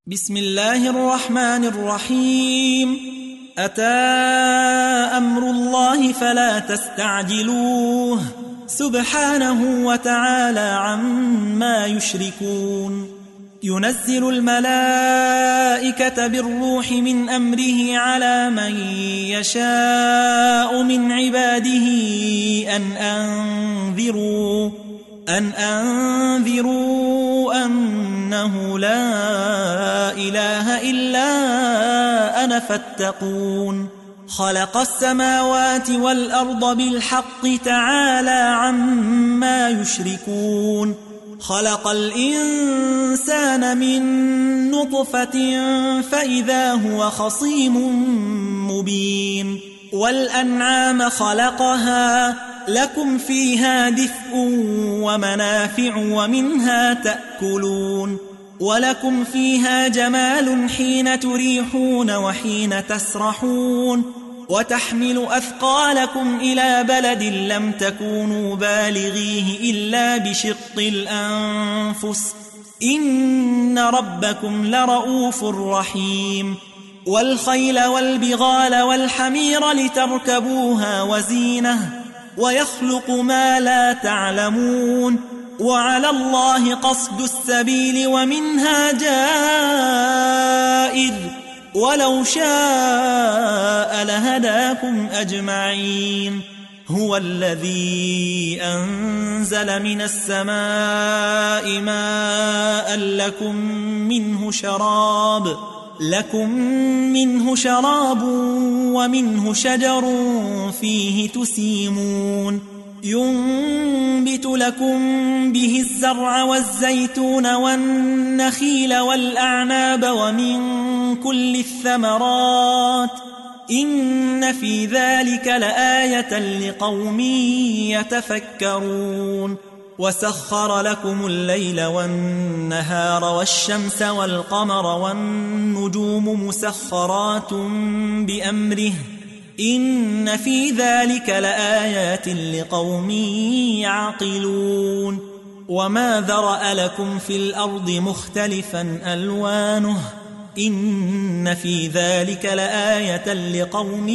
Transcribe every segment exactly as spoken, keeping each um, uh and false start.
بسم الله الرحمن الرحيم. أتى أمر الله فلا تستعجلوه سبحانه وتعالى عما يشركون. ينزل الملائكة بالروح من أمره على من يشاء من عباده أن أنذروا أن أنذروا أنه لا إله إلا أنا فاتقون. خلق السماوات والأرض بالحق تعالى عما يشركون. خلق الإنسان من نطفة فإذا هو خصيم مبين. والأنعام خلقها لكم فيها دفء ومنافع ومنها تأكلون. ولكم فيها جمال حين تريحون وحين تسرحون. وتحمل أثقالكم إلى بلد لم تكونوا بالغيه إلا بشق الأنفس إن ربكم لرؤوف رحيم. والخيل والبغال والحمير لتركبوها وزينة ويخلق ما لا تعلمون. وعلى الله قصد السبيل ومنها جائر ولو شاء لهداكم أجمعين. هو الذي أنزل من السماء ماء لكم منه شراب لكم منه شراب ومنه شجر فيه تسيمون. ينبت لكم به الزرع والزيتون والنخيل والأعناب ومن كل الثمرات إن في ذلك لآية لقوم يتفكرون. وسخر لكم الليل والنهار والشمس والقمر والنجوم مسخرات بأمره إن في ذلك لآيات لقوم يعقلون. وما ذرأ لكم في الأرض مختلفا ألوانه إن في ذلك لآية لقوم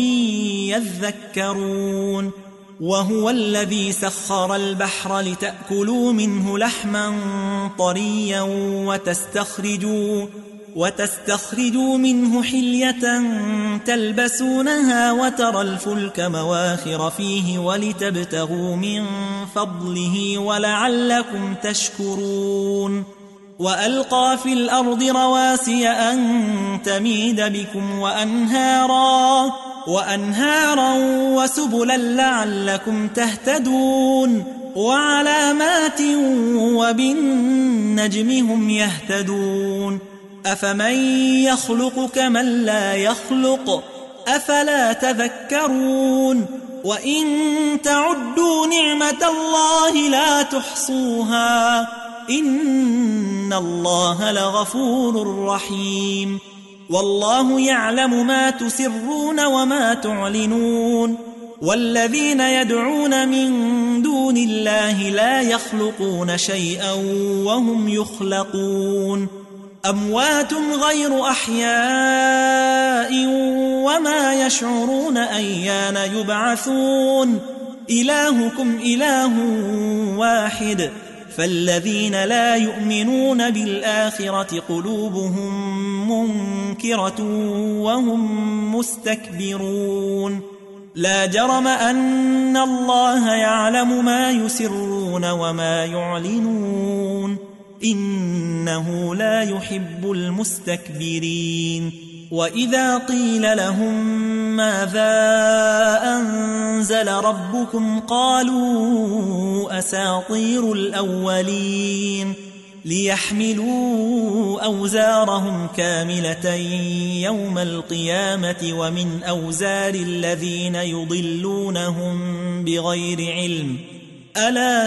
يذكرون. وهو الذي سخر البحر لتأكلوا منه لحما طريا وتستخرجوا وتستخرجوا منه حلية تلبسونها وترى الفلك مواخر فيه ولتبتغوا من فضله ولعلكم تشكرون. وألقى في الأرض رواسي أن تميد بكم وأنهارا وأنهارا وسبلا لعلكم تهتدون. وعلامات وبالنجم هم يهتدون. أفمن يخلق كمن لا يخلق أفلا تذكرون. وإن تعدوا نعمة الله لا تحصوها إن الله لغفور رحيم. والله يعلم ما تسرون وما تعلنون. والذين يدعون من دون الله لا يخلقون شيئا وهم يخلقون. أموات غير أحياء وما يشعرون أيان يبعثون. إلهكم إله واحد فالذين لا يؤمنون بالآخرة قلوبهم منكرة وهم مستكبرون. لا جرم أن الله يعلم ما يسرون وما يعلنون إنه لا يحب المستكبرين. وإذا قيل لهم ماذا أنزل ربكم قالوا أساطير الأولين ليحملوا أوزارهم كاملة يوم القيامة ومن أوزار الذين يضلونهم بغير علم ألا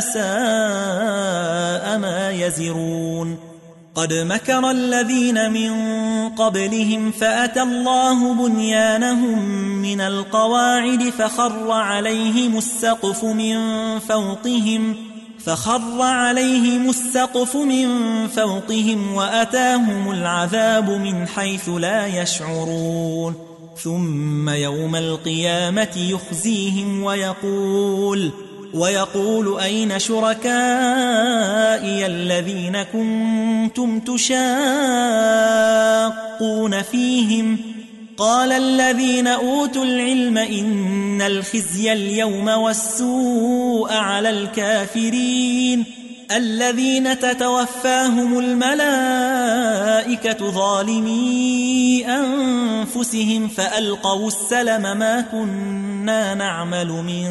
ساء ما يزرون. قد مكر الذين من قبلهم فأتى الله بنيانهم من القواعد فخر عليهم السقف من فوقهم فخر عليهم السقف من فوقهم وأتاهم العذاب من حيث لا يشعرون ثم يوم القيامة يخزيهم ويقول ويقول أين شركائي الذين كنتم تشاقون فيهم قال الذين أوتوا العلم إن الخزي اليوم والسوء على الكافرين الذين تتوفاهم الملائكة ظالمي أنفسهم فألقوا السلم ما كنا نعمل من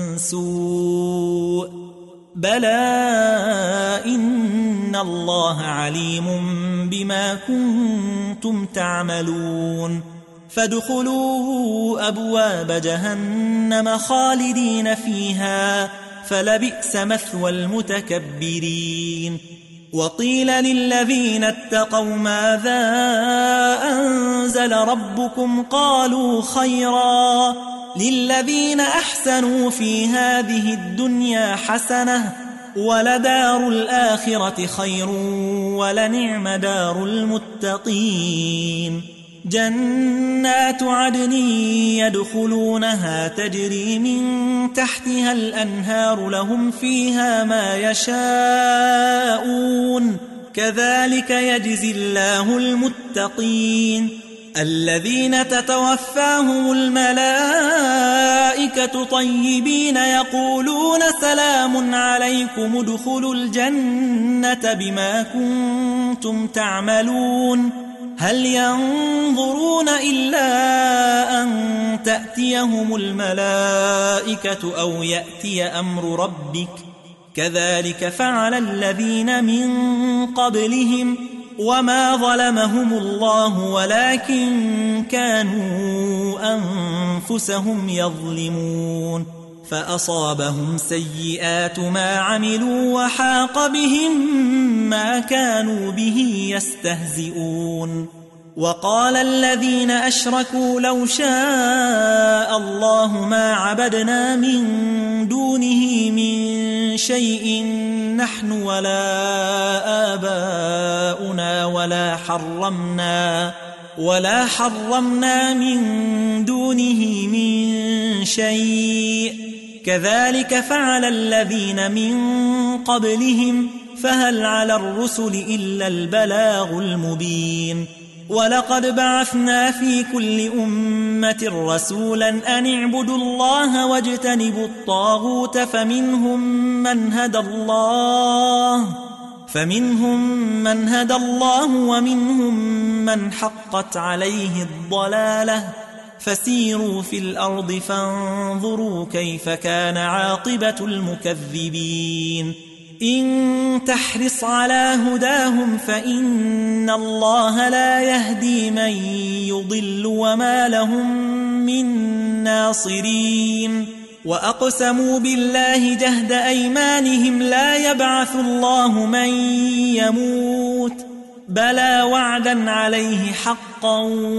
سوء بلى إن الله عليم بما كنتم تعملون فادخلوا أبواب جهنم خالدين فيها فلبئس مثوى المتكبرين وقيل للذين اتقوا ماذا أنزل ربكم قالوا خيرا للذين أحسنوا في هذه الدنيا حسنة ولدار الآخرة خير ولنعم دار المتقين جنات عدن يدخلونها تجري من تحتها الأنهار لهم فيها ما يشاءون كذلك يجزي الله المتقين الذين تتوفاهم الملائكة طيبين يقولون سلام عليكم ادخلوا الجنة بما كنتم تعملون هل ينظرون إلا أن تأتيهم الملائكة أو يأتي أمر ربك كذلك فعل الذين من قبلهم وما ظلمهم الله ولكن كانوا أنفسهم يظلمون فأصابهم سيئات ما عملوا وحاق بهم ما كانوا به يستهزئون وقال الذين أشركوا لو شاء الله ما عبدنا من دونه من شيء نحن ولا آباؤنا ولا حرمنا ولا حرمنا من دونه من شيء كذلك فعل الذين من قبلهم فهل على الرسل إلا البلاغ المبين ولقد بعثنا في كل أمة رسولا أن اعبدوا الله واجتنبوا الطاغوت فمنهم من هدى الله فمنهم من هدى الله ومنهم من حقت عليه الضلالة فسيروا في الأرض فانظروا كيف كان عاقبة المكذبين إن تحرص على هداهم فإن الله لا يهدي من يضل وما لهم من ناصرين وأقسموا بالله جهد أيمانهم لا يبعث الله من يموت بلى وعدا عليه حقا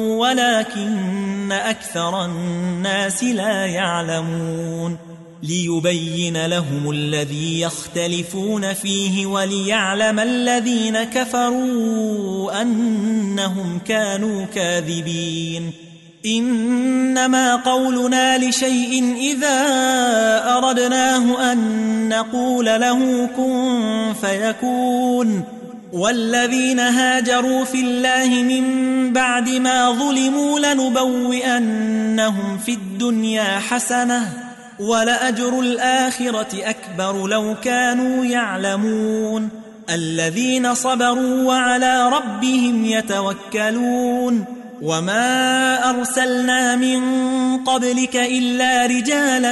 ولكن أكثر الناس لا يعلمون ليبين لهم الذي يختلفون فيه وليعلم الذين كفروا أنهم كانوا كاذبين إنما قولنا لشيء إذا أردناه أن نقول له كن فيكون والذين هاجروا في الله من بعد ما ظلموا لنبوئنهم في الدنيا حسنة ولأجر الآخرة أكبر لو كانوا يعلمون الذين صبروا وعلى ربهم يتوكلون وما أرسلنا من قبلك إلا رجالا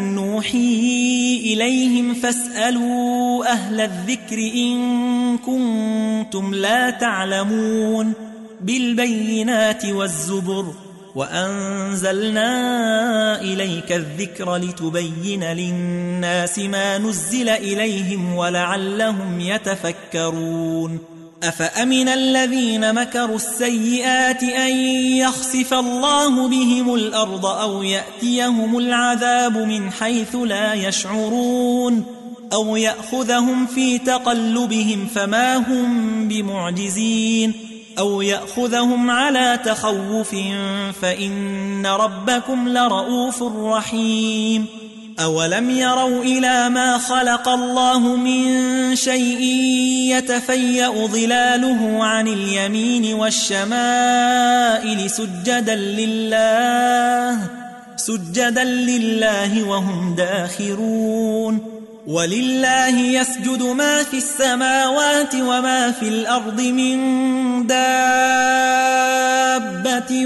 نوحي إليهم فاسألوا أهل الذكر إن كنتم لا تعلمون بالبينات والزبر وأنزلنا إليك الذكر لتبين للناس ما نزل إليهم ولعلهم يتفكرون أفأمن الذين مكروا السيئات أن يخسف الله بهم الأرض أو يأتيهم العذاب من حيث لا يشعرون أو يأخذهم في تقلبهم فما هم بمعجزين أو يأخذهم على تخوف فإن ربكم لرؤوف رحيم أولم يروا إلى ما خلق الله من شيء يتفيأ ظلاله عن اليمين والشمائل سجدا لله سجدا لله وهم داخرون ولله يسجد ما في السماوات وما في الأرض من دابة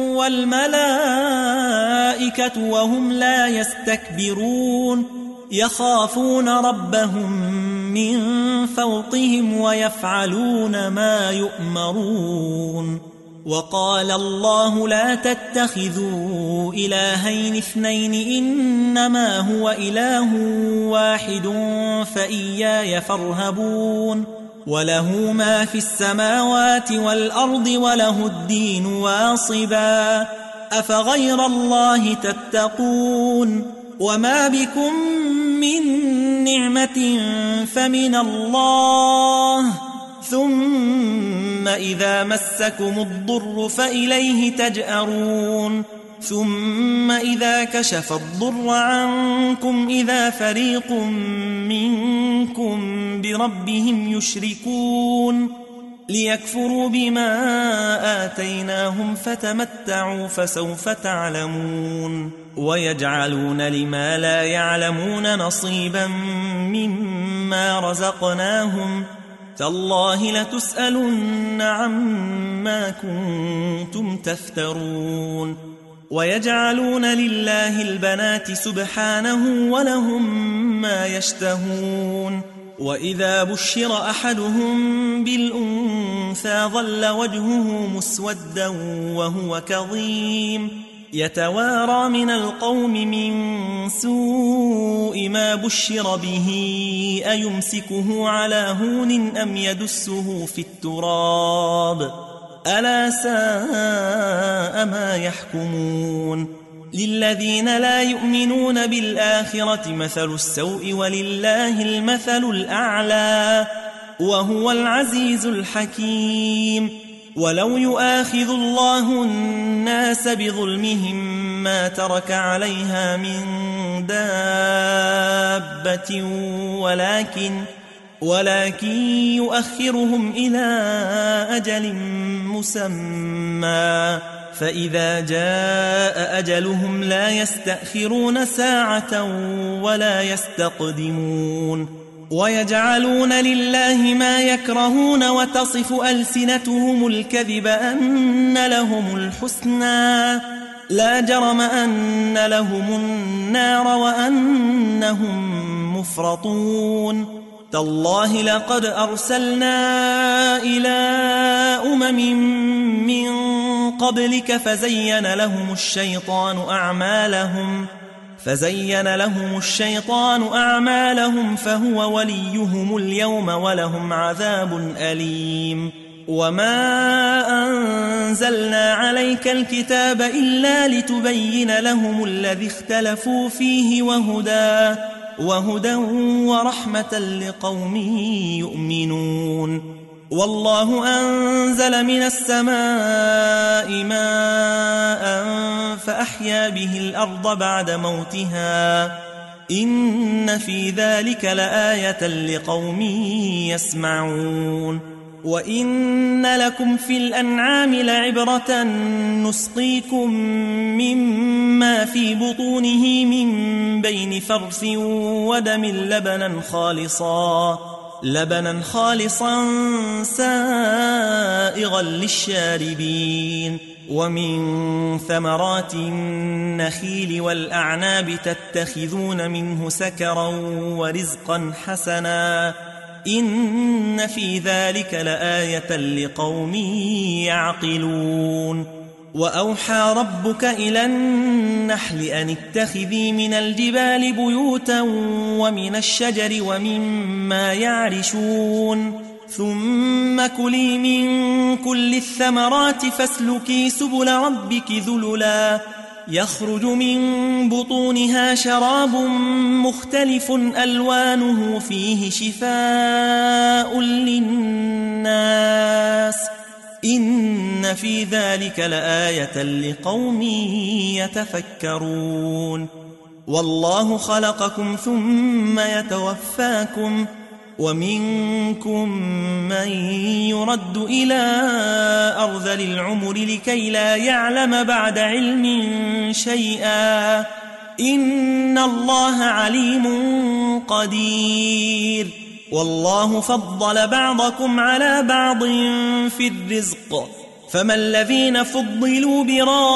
والملائكة وهم لا يستكبرون يخافون ربهم من فوقهم ويفعلون ما يؤمرون وقال الله لا تتخذوا إلهين اثنين إنما هو إله واحد فإياي فارهبون وله ما في السماوات والأرض وله الدين واصبا أفغير الله تتقون وما بكم من نعمة فمن الله ثم إذا مسكم الضر فإليه تجأرون ثم إذا كشف الضر عنكم إذا فريق منكم بربهم يشركون ليكفروا بما آتيناهم فتمتعوا فسوف تعلمون ويجعلون لما لا يعلمون نصيبا مما رزقناهم تالله لتسألن عما كنتم تفترون ويجعلون لله البنات سبحانه ولهم ما يشتهون وإذا بشر أحدهم بالأنثى ظل وجهه مسودا وهو كظيم يتوارى من القوم من سوء ما بشر به أيمسكه على هون أم يدسه في التراب ألا ساء ما يحكمون للذين لا يؤمنون بالآخرة مثل السوء ولله المثل الأعلى وهو العزيز الحكيم ولو يؤاخذ الله الناس بظلمهم ما ترك عليها من دابة ولكن ولكن يؤخرهم إلى أجل مسمى فإذا جاء أجلهم لا يستأخرون ساعة ولا يستقدمون ويجعلون لله ما يكرهون وتصف ألسنتهم الكذب أن لهم الحسنى لا جرم أن لهم النار وأنهم مفرطون تالله لقد أرسلنا إلى أمم من قبلك فزين لهم الشيطان أعمالهم فزين لهم الشيطان أعمالهم فهو وليهم اليوم ولهم عذاب أليم وما أنزلنا عليك الكتاب إلا لتبين لهم الذي اختلفوا فيه وهدى وهدى ورحمة لقوم يؤمنون والله أنزل من السماء ماء فأحيا به الأرض بعد موتها إن في ذلك لآية لقوم يسمعون وإن لكم في الأنعام لعبرة نسقيكم مما في بطونه من بين فرث ودم لبنا خالصا لبنا خالصا سائغا للشاربين ومن ثمرات النخيل والأعناب تتخذون منه سكرا ورزقا حسنا إن في ذلك لآية لقوم يعقلون وأوحى ربك إلى النحل أن اتخذي من الجبال بيوتا ومن الشجر ومما يعرشون ثم كلي من كل الثمرات فاسلكي سبل ربك ذللا يخرج من بطونها شراب مختلف ألوانه فيه شفاء للناس إن في ذلك لآية لقوم يتفكرون والله خلقكم ثم يتوفاكم ومنكم من يرد إلى أرذل العمر لكي لا يعلم بعد علم شيئا إن الله عليم قدير والله فضل بعضكم على بعض في الرزق فما الذين فضلوا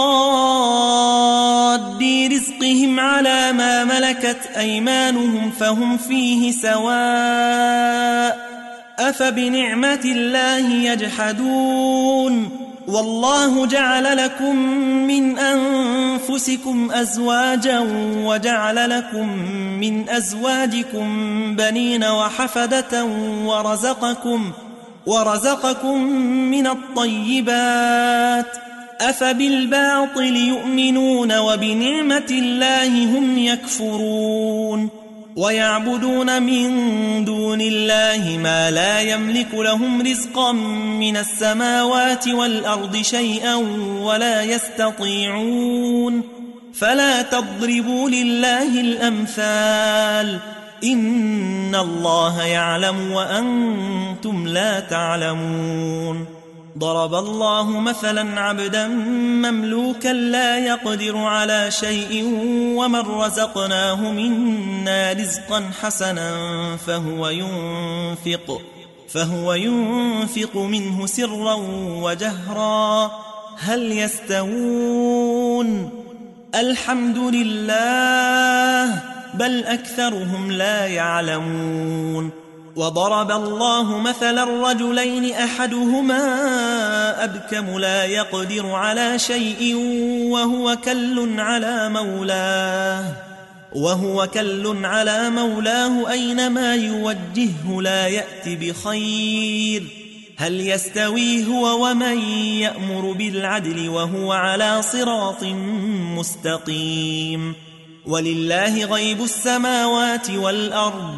براد رزقهم على ما ملكت أيمانهم فهم فيه سواء أفبنعمة الله يجحدون والله جعل لكم من أنفسكم أزواجا وجعل لكم من أزواجكم بنين وحفدة ورزقكم ورزقكم من الطيبات أفبالباطل يؤمنون وبنعمة الله هم يكفرون ويعبدون من دون الله ما لا يملك لهم رزقا من السماوات والأرض شيئا ولا يستطيعون فلا تضربوا لله الأمثال إن الله يعلم وأنتم لا تعلمون ضرب الله مثلا عبدا مملوكا لا يقدر على شيء ومن رزقناه منا رزقا حسنا فهو ينفق فهو ينفق منه سرا وجهرا هل يستوون الحمد لله بل أكثرهم لا يعلمون وضرب الله مثلا رجلين أحدهما أبكم لا يقدر على شيء وهو كل على مولاه وهو كل على مولاه أينما يوجهه لا يأتي بخير هل يستوي هو ومن يأمر بالعدل وهو على صراط مستقيم ولله غيب السماوات والأرض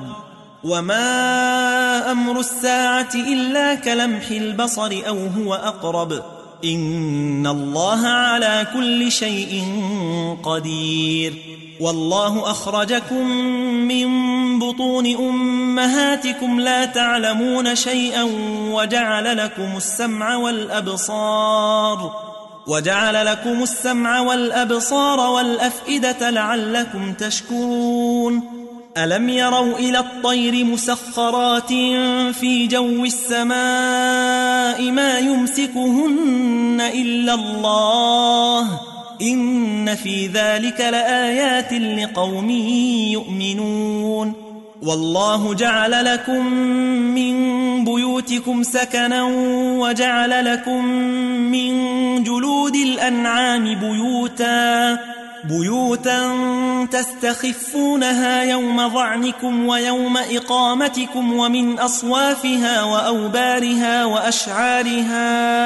وما أمر الساعة إلا كلمح البصر أو هو أقرب إن الله على كل شيء قدير والله أخرجكم من بطون أمهاتكم لا تعلمون شيئا وجعل لكم السمع والأبصار وجعل لكم السمع والأبصار والأفئدة لعلكم تشكرون ألم يروا إلى الطير مسخرات في جو السماء ما يمسكهن إلا الله إن في ذلك لآيات لقوم يؤمنون والله جعل لكم من بيوتكم سكنا وجعل لكم من جلود الأنعام بيوتا بيوتا تستخفونها يوم ظعنكم ويوم إقامتكم ومن أصوافها وأوبارها وأشعارها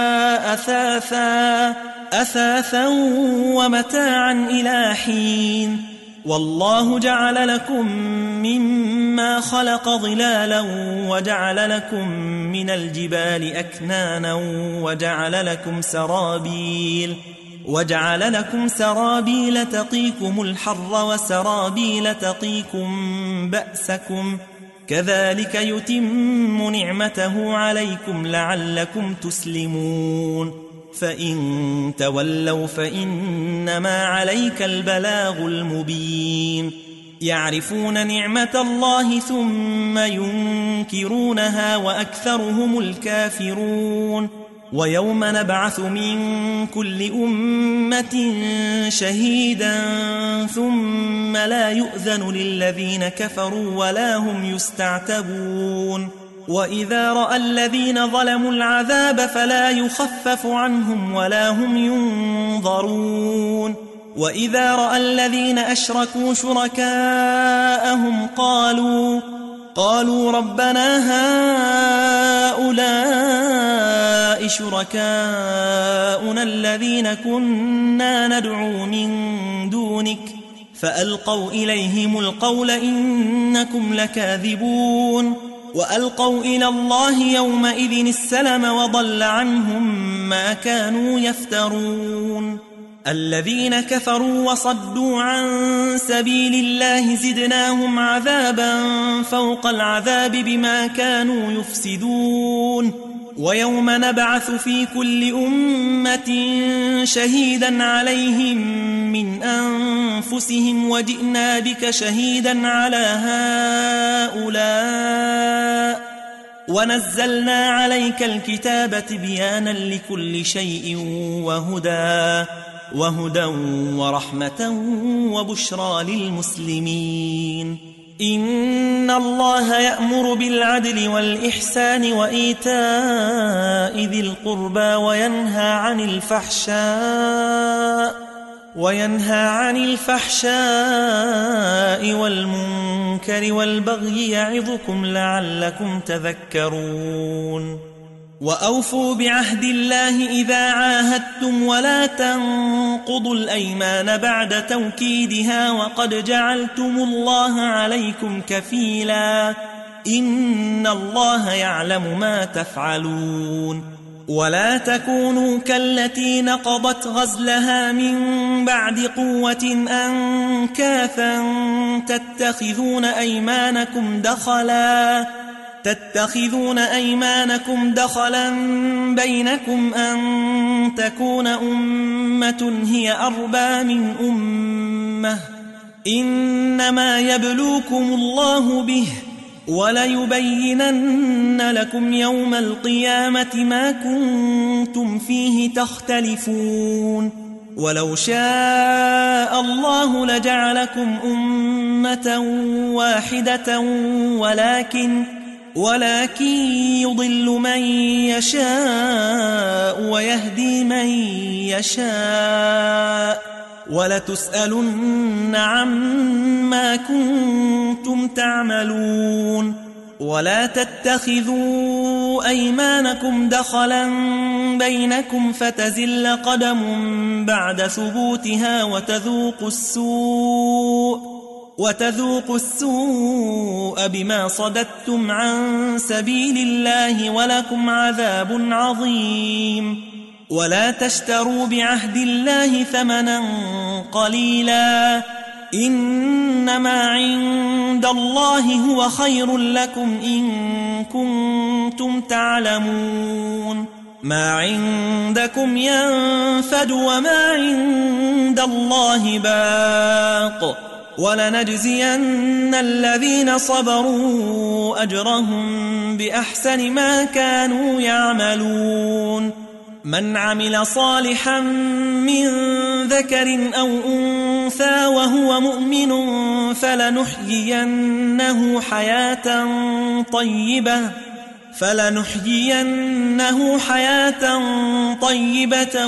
أثاثا أثاثا ومتاعا إلى حين والله جعل لكم مما خلق ظلالا وجعل لكم من الجبال أكنانا وجعل لكم سرابيل وجعل لكم سرابيل تقيكم الحر وسرابيل تقيكم بأسكم كذلك يتم نعمته عليكم لعلكم تسلمون فإن تولوا فإنما عليك البلاغ المبين يعرفون نعمة الله ثم ينكرونها وأكثرهم الكافرون ويوم نبعث من كل أمة شهيدا ثم لا يؤذن للذين كفروا ولا هم يستعتبون وإذا رأى الذين ظلموا العذاب فلا يخفف عنهم ولا هم ينظرون وإذا رأى الذين أشركوا شركاءهم قالوا قالوا ربنا هؤلاء شركاؤنا آباؤنا الذين كنا ندعو من دونك فألقوا إليهم القول إنكم لكاذبون وألقوا إلى الله يومئذ السلم وضل عنهم ما كانوا يفترون الذين كفروا وصدوا عن سبيل الله زدناهم عذابا فوق العذاب بما كانوا يفسدون ويوم نبعث في كل أمة شهيدا عليهم من أنفسهم وجئنا بك شهيدا على هؤلاء ونزلنا عليك الكتاب تبيانا لكل شيء وهدى وهدى ورحمة وبشرى للمسلمين إن الله يأمر بالعدل والإحسان وإيتاء ذي القربى وينهى عن الفحشاء وينهى عن الفحشاء والمنكر والبغي يعظكم لعلكم تذكرون وأوفوا بعهد الله إذا عاهدتم ولا تنقضوا الأيمان بعد توكيدها وقد جعلتم الله عليكم كفيلا إن الله يعلم ما تفعلون ولا تكونوا كالتي نقضت غزلها من بعد قوة أنكاثا تتخذون أيمانكم دخلا تتخذون أيمانكم دخلا بينكم أن تكون أمة هي أربى من أمة إنما يبلوكم الله به وليبينن لكم يوم القيامة ما كنتم فيه تختلفون ولو شاء الله لجعلكم أمة واحدة ولكن ولكن يضل من يشاء ويهدي من يشاء ولتسألن عما كنتم تعملون ولا تتخذوا أيمانكم دخلا بينكم فتزل قدم بعد ثبوتها وتذوقوا السوء وتذوقوا السوء بما صددتم عن سبيل الله ولكم عذاب عظيم ولا تشتروا بعهد الله ثمنا قليلا إنما عند الله هو خير لكم إن كنتم تعلمون ما عندكم ينفد وما عند الله باق ولنجزين الذين صبروا أجرهم بأحسن ما كانوا يعملون من عمل صالحا من ذكر أو أنثى وهو مؤمن فلنحيينه حياة طيبة فلنحيينه حياة طيبة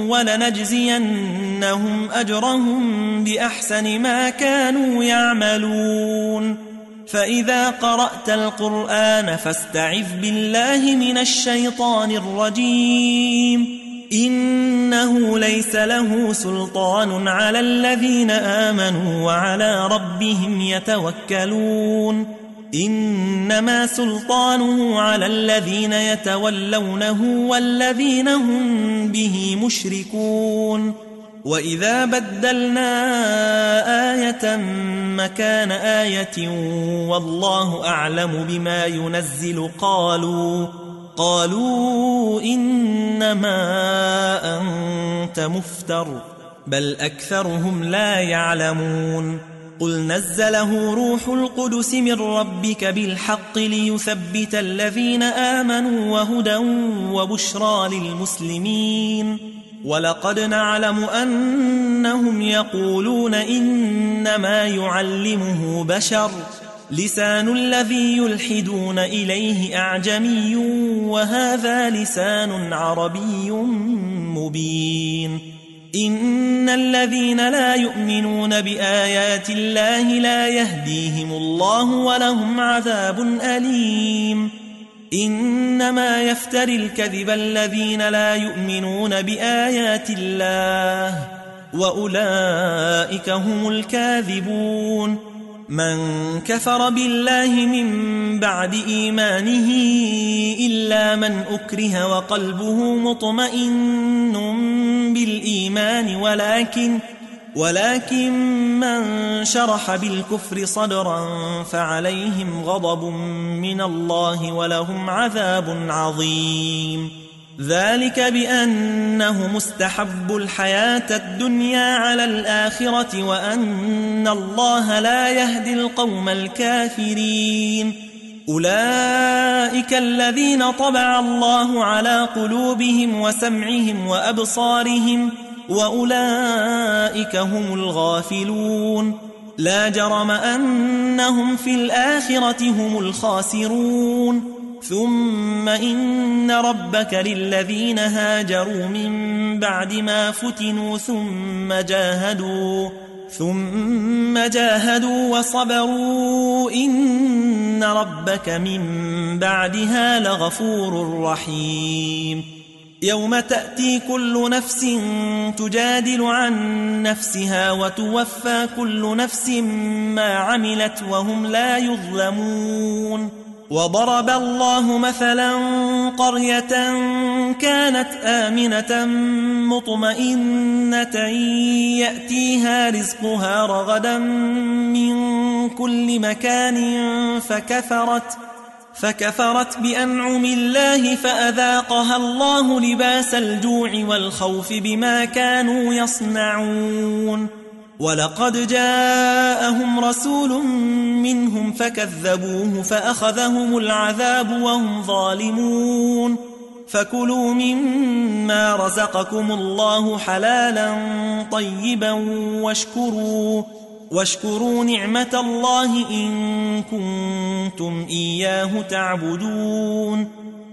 ولنجزينهم أجرهم بأحسن ما كانوا يعملون فإذا قرأت القرآن فاستعذ بالله من الشيطان الرجيم إنه ليس له سلطان على الذين آمنوا وعلى ربهم يتوكلون إنما سلطانه على الذين يتولونه والذين هم به مشركون وإذا بدلنا آية مكان آية والله أعلم بما ينزل قالوا قالوا إنما أنت مفتر بل أكثرهم لا يعلمون قل نزله روح القدس من ربك بالحق ليثبت الذين آمنوا وهدى وبشرى للمسلمين ولقد نعلم أنهم يقولون إنما يعلمه بشر لسان الذي يلحدون إليه أعجمي وهذا لسان عربي مبين إن الذين لا يؤمنون بآيات الله لا يهديهم الله ولهم عذاب أليم إنما يفتري الكذب الذين لا يؤمنون بآيات الله وأولئك هم الكاذبون. من كفر بالله من بعد إيمانه إلا من أكره وقلبه مطمئن بالإيمان ولكن ولكن من شرح بالكفر صدرا فعليهم غضب من الله ولهم عذاب عظيم. ذلك بأنه مستحب الحياة الدنيا على الآخرة وأن الله لا يهدي القوم الكافرين. أولئك الذين طبع الله على قلوبهم وسمعهم وأبصارهم وأولئك هم الغافلون. لا جرم أنهم في الآخرة هم الخاسرون. ثم إن ربك للذين هاجروا من بعد ما فتنوا ثم جاهدوا ثم جاهدوا وصبروا إن ربك من بعدها لغفور رحيم. يوم تأتي كل نفس تجادل عن نفسها وتوفى كل نفس ما عملت وهم لا يظلمون. وضرب الله مثلا قرية كانت آمنة مطمئنة يأتيها رزقها رغدا من كل مكان فكفرت فكفرت بأنعم الله فأذاقها الله لباس الجوع والخوف بما كانوا يصنعون. ولقد جاءهم رسول منهم فكذبوه فأخذهم العذاب وهم ظالمون. فكلوا مما رزقكم الله حلالا طيبا واشكروا واشكروا نعمة الله إن كنتم إياه تعبدون.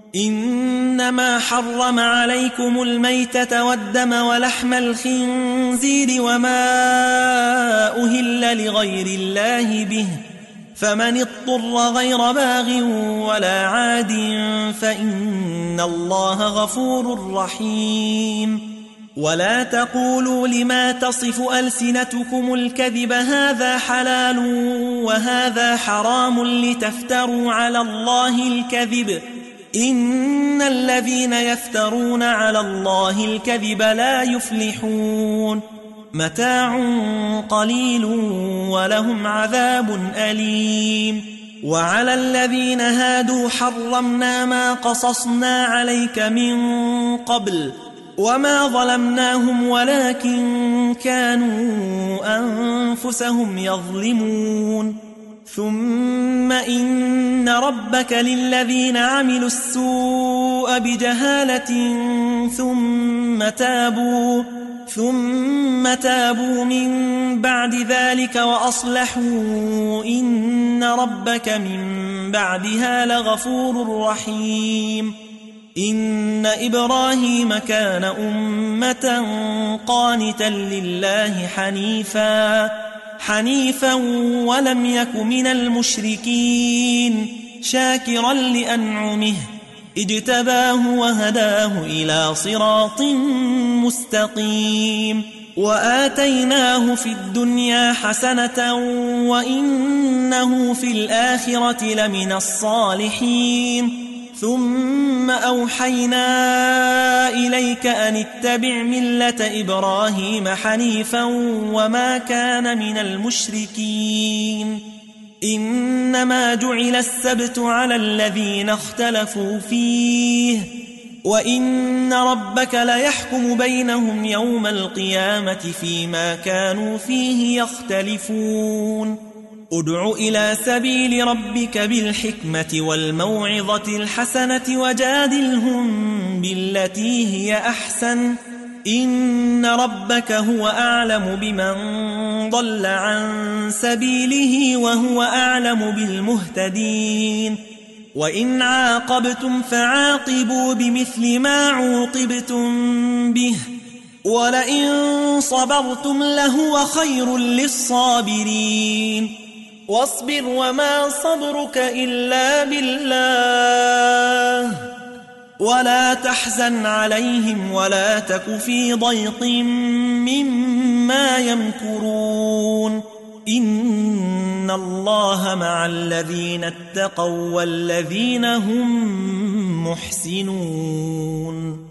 إنما حرم عليكم الميتة والدم ولحم الخنزير وما أهل لغير الله به فمن اضطر غير باغ ولا عاد فإن الله غفور رحيم. ولا تقولوا لما تصف ألسنتكم الكذب هذا حلال وهذا حرام لتفتروا على الله الكذب إن الذين يفترون على الله الكذب لا يفلحون. متاع قليل ولهم عذاب أليم. وعلى الذين هادوا حرمنا ما قصصنا عليك من قبل وما ظلمناهم ولكن كانوا أنفسهم يظلمون. ثم إن ربك للذين عملوا السوء بجهالة ثم تابوا ثم تابوا من بعد ذلك وأصلحوا إن ربك من بعدها لغفور رحيم. إن إبراهيم كان أمة قانتا لله حنيفا حنيفا ولم يك من المشركين شاكرا لأنعمه اجتباه وهداه إلى صراط مستقيم. وآتيناه في الدنيا حسنة وإنه في الآخرة لمن الصالحين. ثم أوحينا إليك أن اتبع ملة إبراهيم حنيفا وما كان من المشركين. إنما جعل السبت على الذين اختلفوا فيه وإن ربك ليحكم بينهم يوم القيامة فيما كانوا فيه يختلفون. ادع إلى سبيل ربك بالحكمة والموعظة الحسنة وجادلهم بالتي هي أحسن إن ربك هو أعلم بمن ضل عن سبيله وهو أعلم بالمهتدين. وإن عاقبتم فعاقبوا بمثل ما عوقبتم به ولئن صبرتم لهو خير للصابرين. واصبر وما صبرك إلا بالله ولا تحزن عليهم ولا تك في ضيق مما يمكرون إن الله مع الذين اتقوا والذين هم محسنون